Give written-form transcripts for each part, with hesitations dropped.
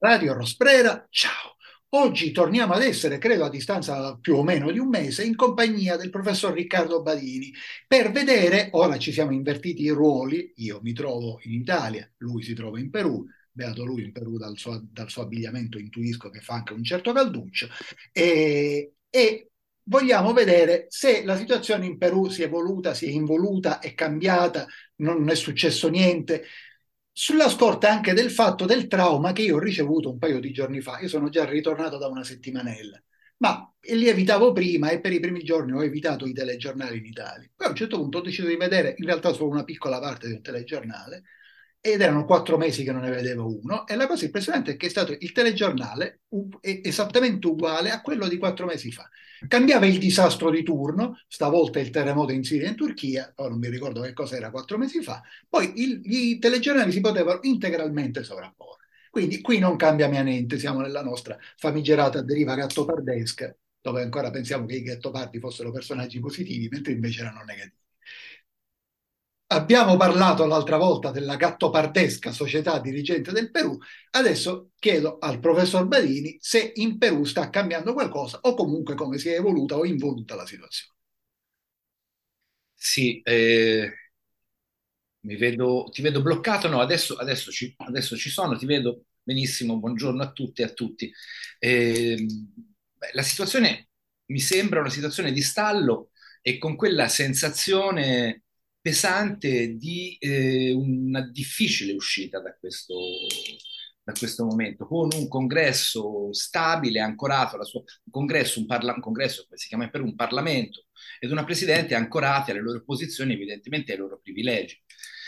Radio Rosprera, ciao. Oggi torniamo ad essere, credo a distanza più o meno di un mese, in compagnia del professor Riccardo Badini per vedere, ora ci siamo invertiti i ruoli, io mi trovo in Italia, lui si trova in Perù, beato lui in Perù dal suo abbigliamento intuisco che fa anche un certo calduccio, e vogliamo vedere se la situazione in Perù si è evoluta, si è involuta, è cambiata, non è successo niente sulla scorta anche del fatto del trauma che io ho ricevuto un paio di giorni fa. Io sono già ritornato da una settimanella, ma li evitavo prima e per i primi giorni ho evitato i telegiornali in Italia. Poi a un certo punto ho deciso di vedere in realtà solo una piccola parte di un telegiornale ed erano 4 mesi che non ne vedevo uno. E la cosa impressionante è che è stato il telegiornale esattamente uguale a quello di 4 mesi fa. Cambiava il disastro di turno, stavolta il terremoto in Siria e in Turchia, ora non mi ricordo che cosa era 4 mesi fa, poi i telegiornali si potevano integralmente sovrapporre. Quindi qui non cambia mai niente, siamo nella nostra famigerata deriva gattopardesca, dove ancora pensiamo che i gattopardi fossero personaggi positivi, mentre invece erano negativi. Abbiamo parlato l'altra volta della gattopardesca società dirigente del Perù, adesso chiedo al professor Badini se in Perù sta cambiando qualcosa o comunque come si è evoluta o involuta la situazione. Sì, ti vedo bloccato. No, adesso ci sono, ti vedo benissimo. Buongiorno a tutte e a tutti. La situazione mi sembra una situazione di stallo e con quella sensazione pesante di una difficile uscita da questo momento, con un congresso stabile, ancorato alla sua, un congresso, come si chiama per un Parlamento ed una presidente ancorate alle loro posizioni, evidentemente ai loro privilegi.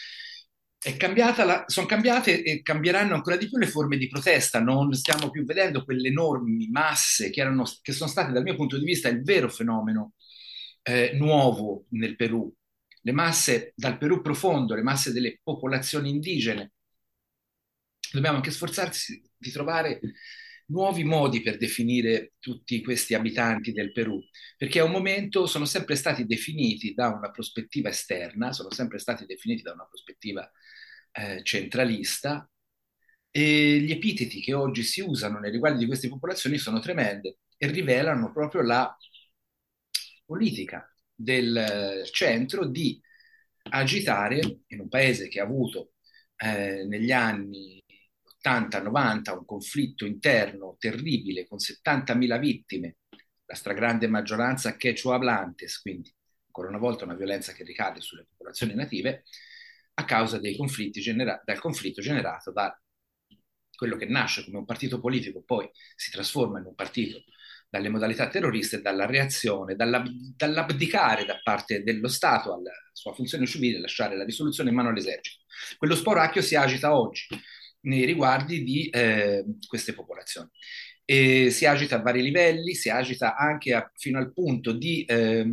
Sono cambiate e cambieranno ancora di più le forme di protesta. Non stiamo più vedendo quelle enormi masse che sono state, dal mio punto di vista, il vero fenomeno nuovo nel Perù. Le masse dal Perù profondo, le masse delle popolazioni indigene. Dobbiamo anche sforzarsi di trovare nuovi modi per definire tutti questi abitanti del Perù, perché a un momento sono sempre stati definiti da una prospettiva esterna, sono sempre stati definiti da una prospettiva centralista, e gli epiteti che oggi si usano nei riguardi di queste popolazioni sono tremende e rivelano proprio la politica del centro di agitare in un paese che ha avuto negli anni 80-90 un conflitto interno terribile con 70.000 vittime, la stragrande maggioranza quechua hablantes, quindi ancora una volta una violenza che ricade sulle popolazioni native, a causa dal conflitto generato da quello che nasce come un partito politico, poi si trasforma in un partito dalle modalità terroriste e dalla reazione, dall'abdicare da parte dello Stato alla sua funzione civile, lasciare la risoluzione in mano all'esercito. Quello sporacchio si agita oggi nei riguardi di queste popolazioni. E si agita a vari livelli, si agita anche fino al punto di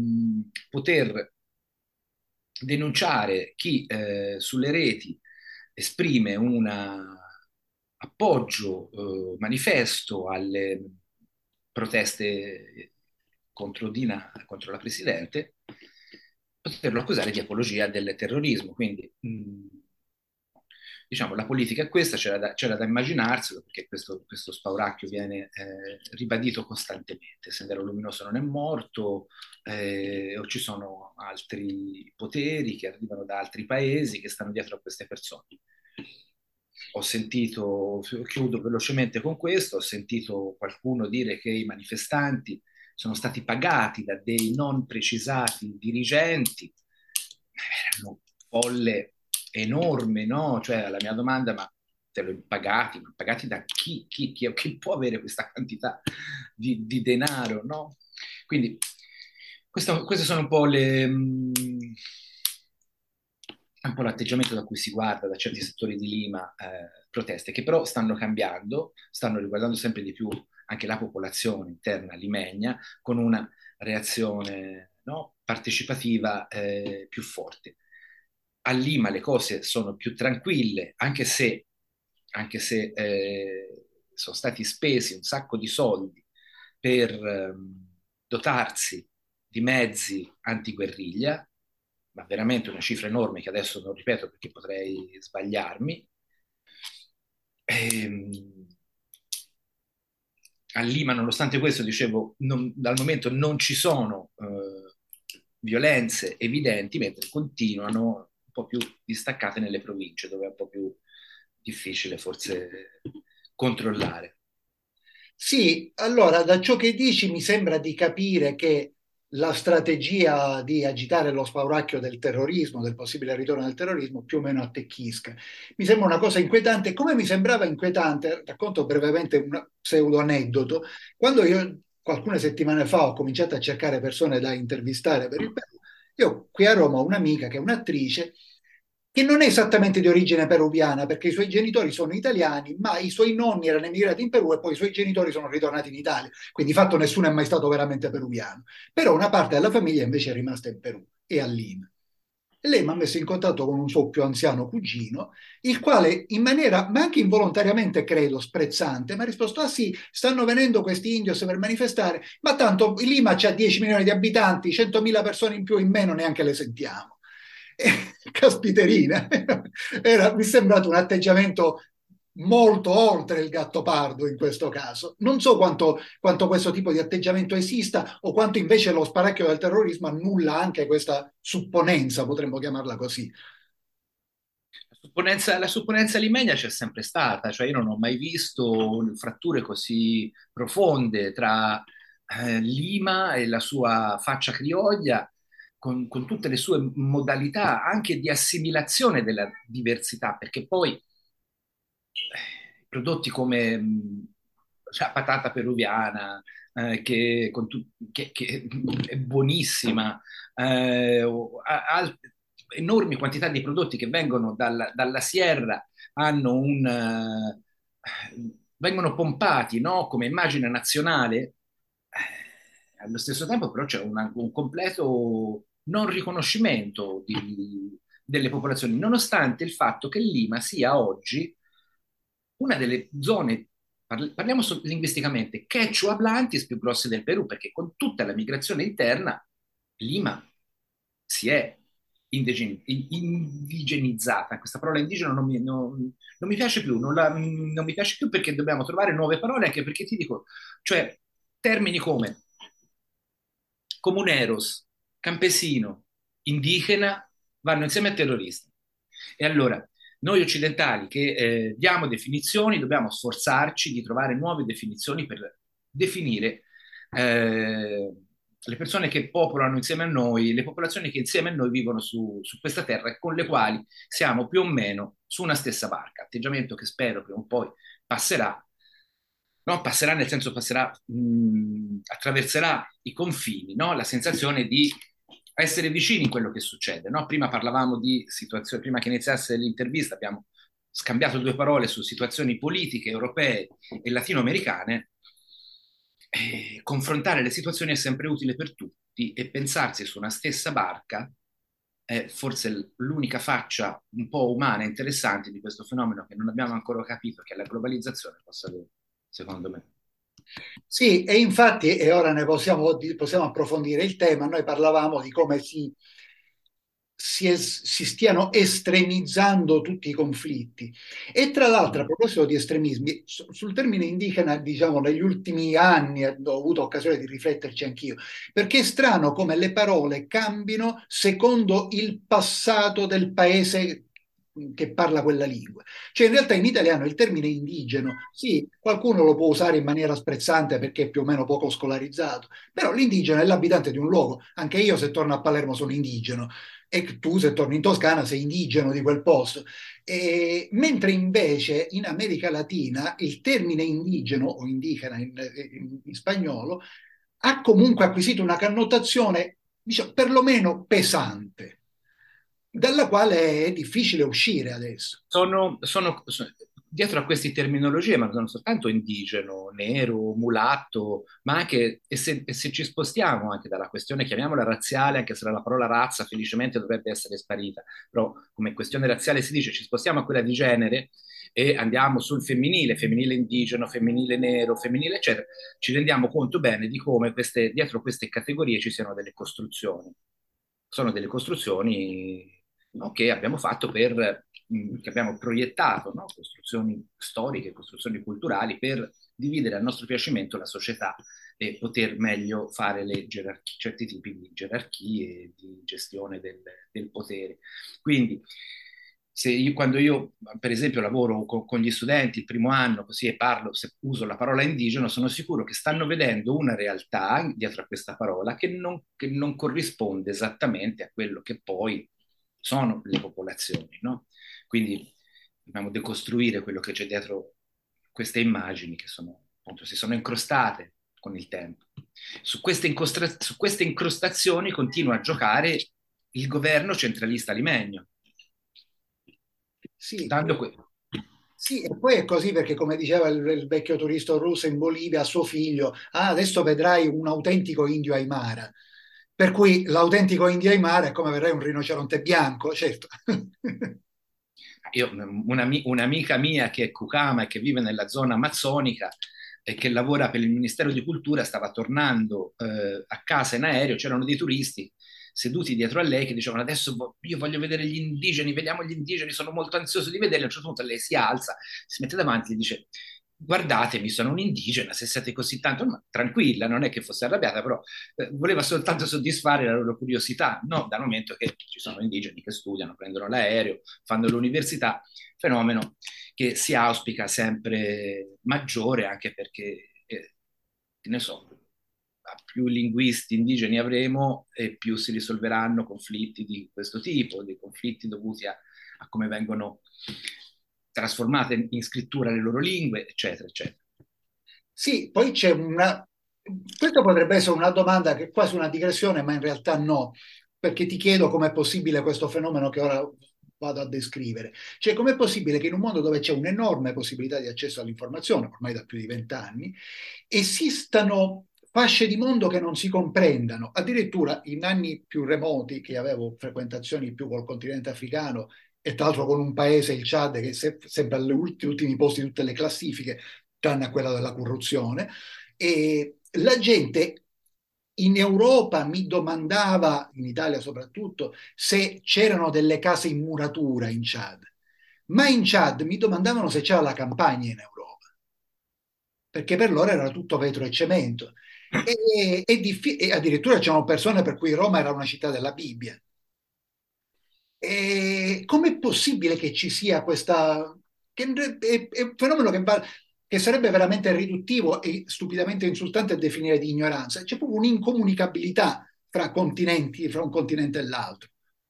poter denunciare chi sulle reti esprime un appoggio manifesto alle proteste contro la Presidente, poterlo accusare di apologia del terrorismo. Quindi, diciamo, la politica è questa, c'era da immaginarselo, perché questo spauracchio viene ribadito costantemente. Sendero Luminoso non è morto, o ci sono altri poteri che arrivano da altri paesi che stanno dietro a queste persone. Ho sentito, chiudo velocemente con questo, ho sentito qualcuno dire che i manifestanti sono stati pagati da dei non precisati dirigenti. Era una folle enorme, no? Cioè, la mia domanda, ma te lo pagati? Ma pagati da chi? Chi può avere questa quantità di denaro, no? Quindi queste sono un po' un po' l'atteggiamento da cui si guarda da certi settori di Lima, proteste che però stanno cambiando, stanno riguardando sempre di più anche la popolazione interna limegna, con una reazione, no, partecipativa più forte. A Lima le cose sono più tranquille, anche se sono stati spesi un sacco di soldi per dotarsi di mezzi antiguerriglia, ma veramente una cifra enorme che adesso non ripeto perché potrei sbagliarmi. Ehm, a Lima, nonostante questo, dicevo, dal momento non ci sono violenze evidenti, mentre continuano un po' più distaccate nelle province, dove è un po' più difficile forse controllare. Sì, allora da ciò che dici mi sembra di capire che la strategia di agitare lo spauracchio del terrorismo, del possibile ritorno del terrorismo, più o meno attecchisca. Mi sembra una cosa inquietante, come mi sembrava inquietante, racconto brevemente un pseudo aneddoto, quando io alcune settimane fa ho cominciato a cercare persone da intervistare per il Perù, io ho qui a Roma ho un'amica che è un'attrice che non è esattamente di origine peruviana, perché i suoi genitori sono italiani, ma i suoi nonni erano emigrati in Perù e poi i suoi genitori sono ritornati in Italia. Quindi, di fatto, nessuno è mai stato veramente peruviano. Però una parte della famiglia invece è rimasta in Perù e a Lima. E lei mi ha messo in contatto con un suo più anziano cugino, il quale in maniera, ma anche involontariamente credo, sprezzante, mi ha risposto: ah sì, stanno venendo questi indios per manifestare, ma tanto Lima c'ha 10 milioni di abitanti, 100.000 persone in più o in meno neanche le sentiamo. Caspiterina, mi è sembrato un atteggiamento molto oltre il Gattopardo in questo caso. Non so quanto questo tipo di atteggiamento esista o quanto invece lo sparecchio del terrorismo annulla anche questa supponenza, potremmo chiamarla così. La supponenza limeña c'è sempre stata, cioè io non ho mai visto fratture così profonde tra Lima e la sua faccia crioglia, con tutte le sue modalità anche di assimilazione della diversità, perché poi prodotti come cioè, patata peruviana, che è buonissima, enormi quantità di prodotti che vengono dalla Sierra, hanno vengono pompati, no, come immagine nazionale, allo stesso tempo però c'è un completo non riconoscimento delle popolazioni, nonostante il fatto che Lima sia oggi una delle zone, parliamo linguisticamente, quechua hablantes più grosse del Perù, perché con tutta la migrazione interna Lima si è indigenizzata. Questa parola indigeno non mi piace più, non mi piace più perché dobbiamo trovare nuove parole, anche perché ti dico, cioè termini come comuneros, campesino, indigena vanno insieme a terrorista. E allora, noi occidentali che diamo definizioni, dobbiamo sforzarci di trovare nuove definizioni per definire le persone che popolano insieme a noi, le popolazioni che insieme a noi vivono su questa terra e con le quali siamo più o meno su una stessa barca. Atteggiamento che spero prima o poi passerà, no? Passerà nel senso passerà, attraverserà i confini, no? La sensazione di essere vicini in quello che succede, no? Prima parlavamo di situazioni, prima che iniziasse l'intervista abbiamo scambiato due parole su situazioni politiche europee e latinoamericane. Confrontare le situazioni è sempre utile per tutti e pensarsi su una stessa barca è forse l'unica faccia un po' umana e interessante di questo fenomeno che non abbiamo ancora capito, che è la globalizzazione possa avere, secondo me. Sì, e infatti, e ora ne possiamo approfondire il tema, noi parlavamo di come si stiano estremizzando tutti i conflitti. E tra l'altro, a proposito di estremismi, sul termine indigena, diciamo, negli ultimi anni ho avuto occasione di rifletterci anch'io, perché è strano come le parole cambino secondo il passato del paese che parla quella lingua. Cioè, in realtà in italiano il termine indigeno, sì, qualcuno lo può usare in maniera sprezzante perché è più o meno poco scolarizzato, però l'indigeno è l'abitante di un luogo. Anche io se torno a Palermo sono indigeno e tu se torni in Toscana sei indigeno di quel posto. Mentre invece in America Latina il termine indigeno o indigena in spagnolo ha comunque acquisito una connotazione, diciamo, perlomeno pesante, dalla quale è difficile uscire adesso. Dietro a queste terminologie, ma non soltanto indigeno, nero, mulatto, ma anche, e se ci spostiamo anche dalla questione, chiamiamola razziale, anche se la parola razza felicemente dovrebbe essere sparita, però come questione razziale si dice, ci spostiamo a quella di genere e andiamo sul femminile, femminile indigeno, femminile nero, femminile eccetera, ci rendiamo conto bene di come dietro queste categorie ci siano delle costruzioni. Sono delle costruzioni no? Che abbiamo fatto che abbiamo proiettato, no? Costruzioni storiche, costruzioni culturali per dividere a nostro piacimento la società e poter meglio fare certi tipi di gerarchie e di gestione del potere. Quindi, quando io, per esempio, lavoro con gli studenti il primo anno, così e parlo, se uso la parola indigeno, sono sicuro che stanno vedendo una realtà dietro a questa parola che non corrisponde esattamente a quello che poi sono le popolazioni, no? Quindi dobbiamo decostruire quello che c'è dietro queste immagini che sono, appunto, si sono incrostate con il tempo. Su queste incrostazioni continua a giocare il governo centralista limeño, Sì, dando que- sì, e poi è così perché, come diceva il vecchio turista russo in Bolivia a suo figlio, ah, adesso vedrai un autentico indio Aymara. Per cui l'autentico indio Aymara è come vedrai un rinoceronte bianco, certo. io, un'amica mia che è Cucama e che vive nella zona amazzonica e che lavora per il Ministero di Cultura stava tornando a casa in aereo, c'erano dei turisti seduti dietro a lei che dicevano adesso io voglio vedere gli indigeni, vediamo gli indigeni, sono molto ansioso di vederli. A un certo punto lei si alza, si mette davanti e dice guardatemi, sono un indigena, se siete così tanto, ma tranquilla, non è che fosse arrabbiata, però voleva soltanto soddisfare la loro curiosità, no? Dal momento che ci sono indigeni che studiano, prendono l'aereo, fanno l'università, fenomeno che si auspica sempre maggiore, anche perché, che ne so, più linguisti indigeni avremo e più si risolveranno conflitti di questo tipo, dei conflitti dovuti a come vengono trasformate in scrittura le loro lingue, eccetera, eccetera. Sì, poi c'è una... Questa potrebbe essere una domanda che è quasi una digressione, ma in realtà no, perché ti chiedo com'è possibile questo fenomeno che ora vado a descrivere. Cioè, com'è possibile che in un mondo dove c'è un'enorme possibilità di accesso all'informazione, ormai da più di 20 anni, esistano fasce di mondo che non si comprendano. Addirittura in anni più remoti, che avevo frequentazioni più col continente africano e tra l'altro con un paese, il Chad, che è sempre agli ultimi posti di tutte le classifiche, tranne a quella della corruzione. E la gente in Europa mi domandava, in Italia soprattutto, se c'erano delle case in muratura in Chad. Ma in Chad mi domandavano se c'era la campagna in Europa, perché per loro era tutto vetro e cemento. E addirittura c'erano persone per cui Roma era una città della Bibbia. E com'è possibile che ci sia questa... che è un fenomeno che sarebbe veramente riduttivo e stupidamente insultante definire di ignoranza. C'è proprio un'incomunicabilità fra continenti, fra un continente e l'altro.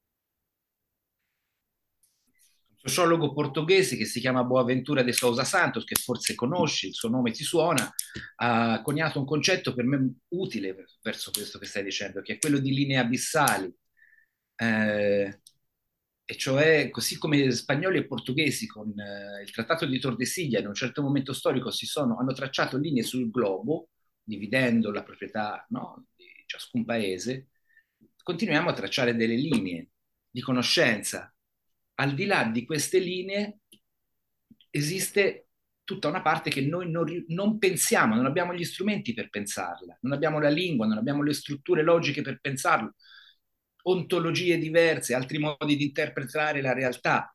Un sociologo portoghese che si chiama Boaventura de Sousa Santos, che forse conosci, il suo nome ti suona, ha coniato un concetto per me utile verso questo che stai dicendo, che è quello di linee abissali. Eh, e cioè, così come spagnoli e portoghesi con il Trattato di Tordesiglia in un certo momento storico hanno tracciato linee sul globo, dividendo la proprietà, no, di ciascun paese, continuiamo a tracciare delle linee di conoscenza. Al di là di queste linee esiste tutta una parte che noi non pensiamo, non abbiamo gli strumenti per pensarla, non abbiamo la lingua, non abbiamo le strutture logiche per pensarlo, ontologie diverse, altri modi di interpretare la realtà.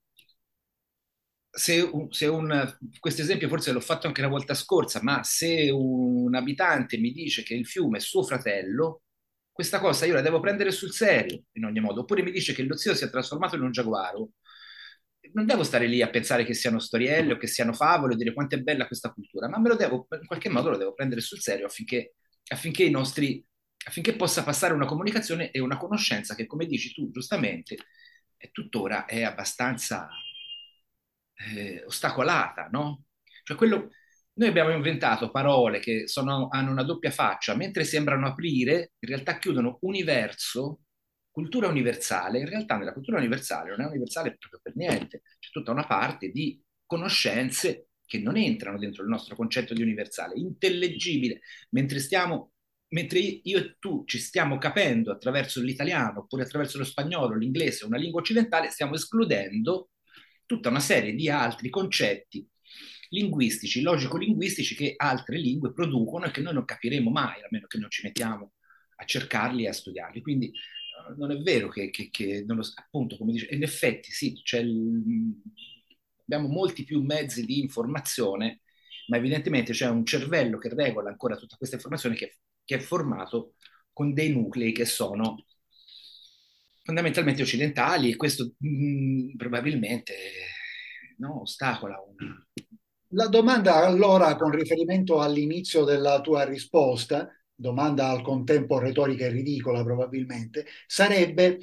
Questo esempio forse l'ho fatto anche la volta scorsa, ma se un abitante mi dice che il fiume è suo fratello, questa cosa io la devo prendere sul serio in ogni modo. Oppure mi dice che lo zio si è trasformato in un giaguaro, non devo stare lì a pensare che siano storielle o che siano favole o dire quanto è bella questa cultura, ma me lo devo, in qualche modo lo devo prendere sul serio affinché affinché possa passare una comunicazione e una conoscenza che, come dici tu giustamente, tuttora è abbastanza ostacolata, no? Cioè noi abbiamo inventato parole che hanno una doppia faccia, mentre sembrano aprire, in realtà chiudono universo, cultura universale. In realtà nella cultura universale non è universale proprio per niente, c'è tutta una parte di conoscenze che non entrano dentro il nostro concetto di universale, intellegibile, mentre io e tu ci stiamo capendo attraverso l'italiano oppure attraverso lo spagnolo, l'inglese, una lingua occidentale, stiamo escludendo tutta una serie di altri concetti linguistici, logico-linguistici che altre lingue producono e che noi non capiremo mai, a meno che non ci mettiamo a cercarli e a studiarli. Quindi non è vero appunto, come dice, in effetti sì, abbiamo molti più mezzi di informazione, ma evidentemente c'è un cervello che regola ancora tutta questa informazione che è formato con dei nuclei che sono fondamentalmente occidentali e questo probabilmente no, ostacola una... La domanda allora, con riferimento all'inizio della tua risposta, domanda al contempo retorica e ridicola probabilmente, sarebbe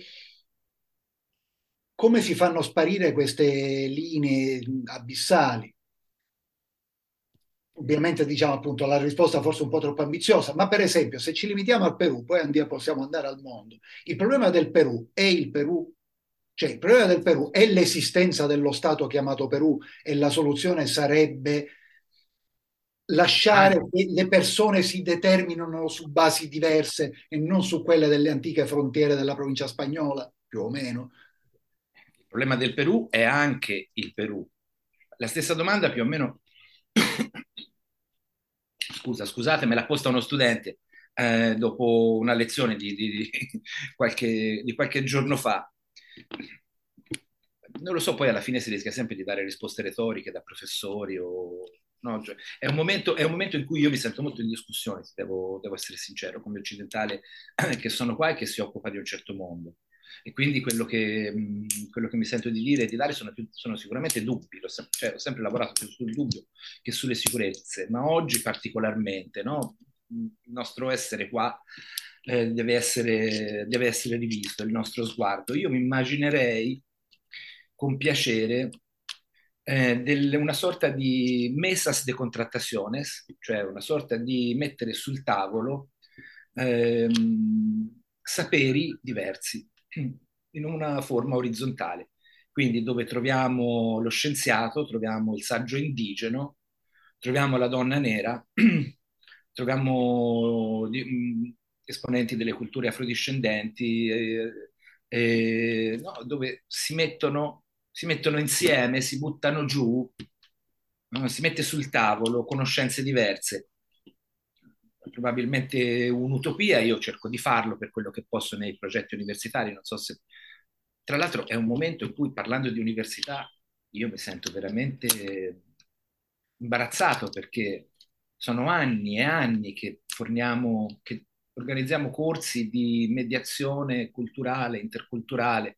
come si fanno sparire queste linee abissali? Ovviamente diciamo appunto la risposta forse un po' troppo ambiziosa, ma per esempio se ci limitiamo al Perù, poi possiamo andare al mondo. Il problema del Perù è il Perù, cioè il problema del Perù è l'esistenza dello Stato chiamato Perù e la soluzione sarebbe lasciare Ah, che le persone si determinino su basi diverse e non su quelle delle antiche frontiere della provincia spagnola, più o meno. il problema del Perù è anche il Perù. La stessa domanda più o meno, scusate, me l'ha posta uno studente dopo una lezione di qualche giorno fa. Non lo so, poi alla fine si rischia sempre di dare risposte retoriche da professori o... No, cioè, è un momento in cui io mi sento molto in discussione, devo essere sincero, come occidentale che sono qua e che si occupa di un certo mondo. E quindi quello che mi sento di dire e di dare sono sicuramente dubbi, cioè, ho sempre lavorato più sul dubbio che sulle sicurezze, ma oggi particolarmente, no? Il nostro essere qua deve essere rivisto, il nostro sguardo. Io mi immaginerei con piacere una sorta di mesas de contrataciones, cioè una sorta di mettere sul tavolo saperi diversi in una forma orizzontale. Quindi dove troviamo lo scienziato, troviamo il saggio indigeno, troviamo la donna nera, troviamo esponenti delle culture afrodiscendenti, no, dove si mettono insieme, si buttano giù, no? Si mette sul tavolo conoscenze diverse. Probabilmente un'utopia, io cerco di farlo per quello che posso nei progetti universitari, non so se... Tra l'altro è un momento in cui parlando di università io mi sento veramente imbarazzato perché sono anni e anni che che organizziamo corsi di mediazione culturale, interculturale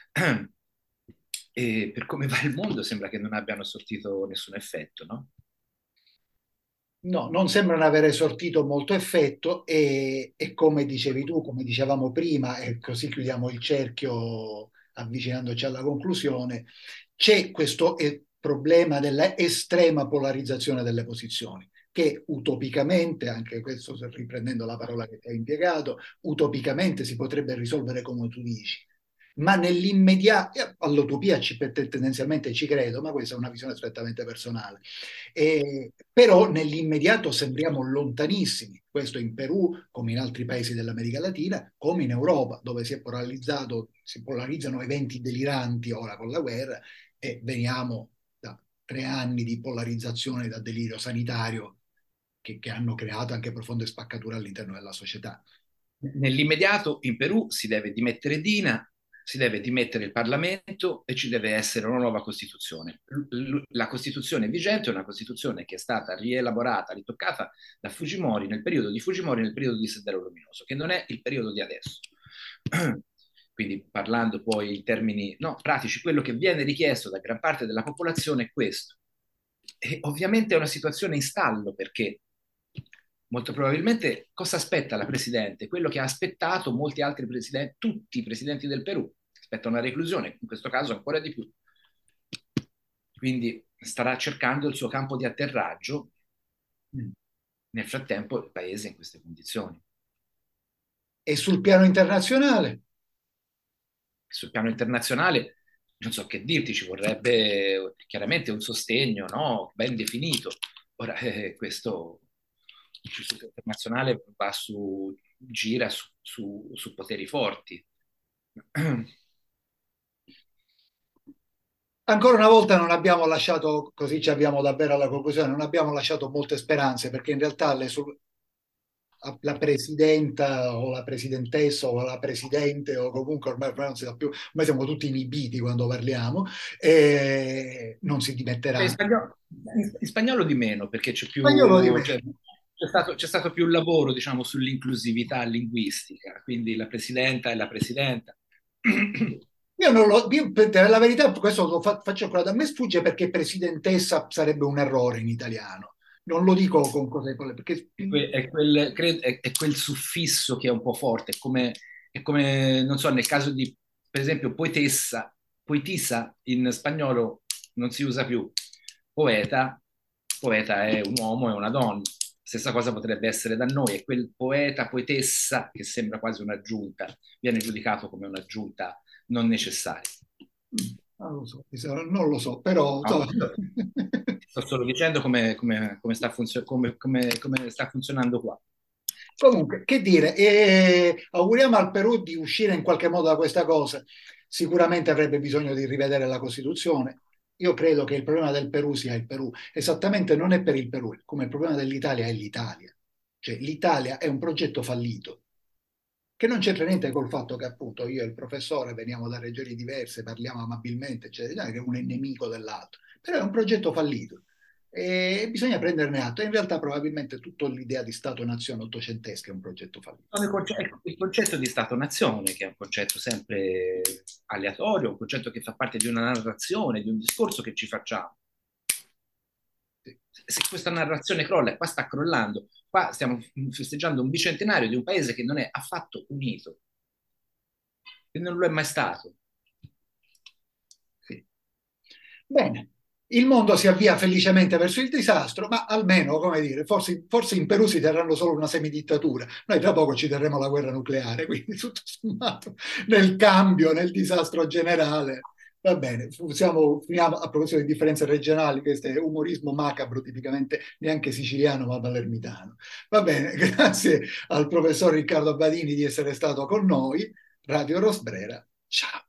e per come va il mondo sembra che non abbiano sortito nessun effetto, no? No, non sembrano avere sortito molto effetto e come dicevi tu, come dicevamo prima, e così chiudiamo il cerchio avvicinandoci alla conclusione, c'è questo problema della estrema polarizzazione delle posizioni, che utopicamente, anche questo riprendendo la parola che hai impiegato, utopicamente si potrebbe risolvere come tu dici. Ma nell'immediato, all'utopia tendenzialmente ci credo, ma questa è una visione strettamente personale. Però nell'immediato sembriamo lontanissimi, questo in Perù, come in altri paesi dell'America Latina, come in Europa, dove si polarizzano eventi deliranti ora con la guerra e veniamo da 3 anni di polarizzazione, da delirio sanitario che hanno creato anche profonde spaccature all'interno della società. Nell'immediato in Perù si deve dimettere Dina, si deve dimettere il Parlamento e ci deve essere una nuova Costituzione. La Costituzione vigente è una Costituzione che è stata rielaborata, ritoccata da Fujimori nel periodo di Fujimori, nel periodo di Sendero Luminoso, che non è il periodo di adesso. Quindi parlando poi in termini no, pratici, quello che viene richiesto da gran parte della popolazione è questo. E ovviamente è una situazione in stallo perché molto probabilmente cosa aspetta la Presidente? Quello che ha aspettato molti altri presidenti, tutti i presidenti del Perù, aspettano una reclusione, in questo caso ancora di più. Quindi starà cercando il suo campo di atterraggio, nel frattempo il paese è in queste condizioni. E sul piano internazionale? Sul piano internazionale non so che dirti, ci vorrebbe chiaramente un sostegno no? Ben definito. Ora, questo il circuito internazionale gira su poteri forti. Ancora una volta non abbiamo lasciato, così ci abbiamo davvero alla conclusione, non abbiamo lasciato molte speranze perché in realtà la presidenta o la presidentessa o la presidente o comunque ormai non si sa più, ormai siamo tutti inibiti quando parliamo, non si In dimetterà. spagnolo, in spagnolo di meno, perché c'è Spagnolo di più, me. c'è stato più lavoro, diciamo, sull'inclusività linguistica, quindi la presidenta e la presidenta. Io non lo, io, per dire la verità, questo faccio ancora da me sfugge perché presidentessa sarebbe un errore in italiano. Non lo dico con cose, perché È quel suffisso che è un po' forte, è come, non so, nel caso di, per esempio, poetessa, poetisa in spagnolo non si usa più. Poeta, poeta è un uomo e una donna. Stessa cosa potrebbe essere da noi, è quel poeta, poetessa che sembra quasi un'aggiunta, viene giudicato come un'aggiunta non necessaria. non lo so, non lo so, però No, insomma. sto solo dicendo come sta funzionando qua. Comunque, che dire, auguriamo al Perù di uscire in qualche modo da questa cosa. Sicuramente avrebbe bisogno di rivedere la Costituzione. Io credo che il problema del Perù sia il Perù. Esattamente non è per il Perù, come il problema dell'Italia è l'Italia. Cioè, l'Italia è un progetto fallito, che non c'entra niente col fatto che appunto io e il professore veniamo da regioni diverse, parliamo amabilmente, eccetera, che uno è nemico dell'altro. Però è un progetto fallito e bisogna prenderne atto. E in realtà probabilmente tutta l'idea di Stato-nazione ottocentesca è un progetto fallito. Il concetto di Stato-nazione, che è un concetto sempre aleatorio, un concetto che fa parte di una narrazione, di un discorso che ci facciamo. Se questa narrazione crolla, e qua sta crollando, qua stiamo festeggiando un bicentenario di un paese che non è affatto unito, che non lo è mai stato. Sì. Bene, il mondo si avvia felicemente verso il disastro, ma almeno, come dire, forse in Perù si terranno solo una semidittatura. Noi tra poco ci terremo la guerra nucleare, quindi tutto sommato nel cambio, nel disastro generale. Va bene, finiamo a proposito di differenze regionali, questo è umorismo macabro, tipicamente neanche siciliano ma palermitano. Va bene, grazie al professor Riccardo Badini di essere stato con noi. Radio Rosbrera, ciao.